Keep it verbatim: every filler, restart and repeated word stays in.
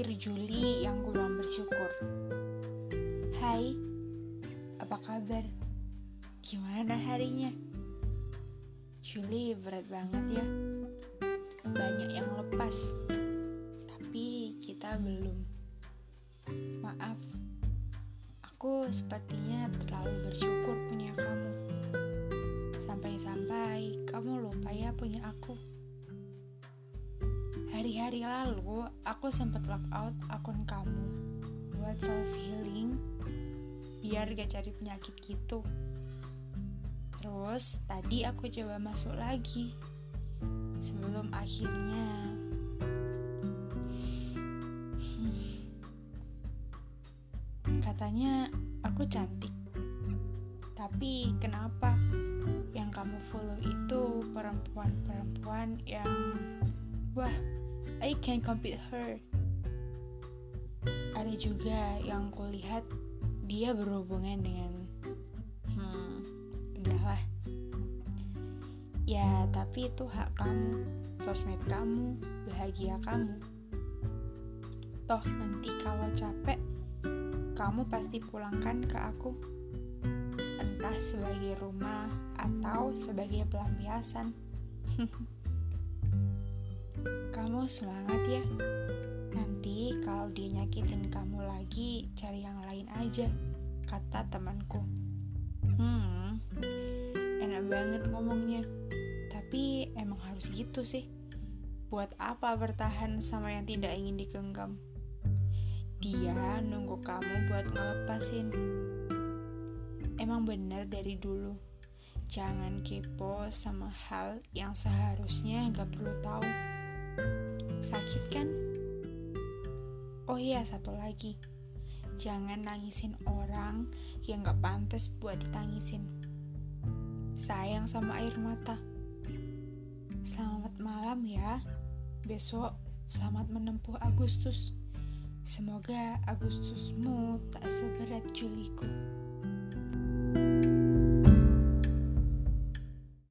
akhir Juli yang kurang bersyukur. Hai, apa kabar? Gimana harinya? Juli berat banget ya. Banyak yang lepas, tapi kita belum. Maaf, aku sepertinya terlalu bersyukur punya kamu. Sampai-sampai kamu lupa ya punya aku. Hari-hari lalu, aku sempat lockout akun kamu buat self-healing, biar gak cari penyakit gitu. Terus, tadi aku coba masuk lagi, sebelum akhirnya hmm, katanya aku cantik. Tapi kenapa yang kamu follow itu perempuan-perempuan yang wah, I can compete her. Ada juga yang kulihat dia berhubungan dengan hmm, udahlah. Ya, tapi itu hak kamu, sosmed kamu, bahagia kamu. Toh nanti kalau capek, kamu pasti pulangkan ke aku. Entah sebagai rumah atau sebagai pelampiasan. Kamu semangat ya. Nanti kalau dia nyakitin kamu lagi, cari yang lain aja, kata temanku. Hmm, enak banget ngomongnya. Tapi emang harus gitu sih. Buat apa bertahan sama yang tidak ingin digenggam? Dia nunggu kamu buat ngelepasin. Emang bener dari dulu, jangan kepo sama hal yang seharusnya gak perlu tahu. Sakit kan? Oh iya, satu lagi, jangan nangisin orang yang gak pantas buat ditangisin. Sayang sama air mata. Selamat malam ya. Besok selamat menempuh Agustus. Semoga Agustusmu tak seberat Juliku.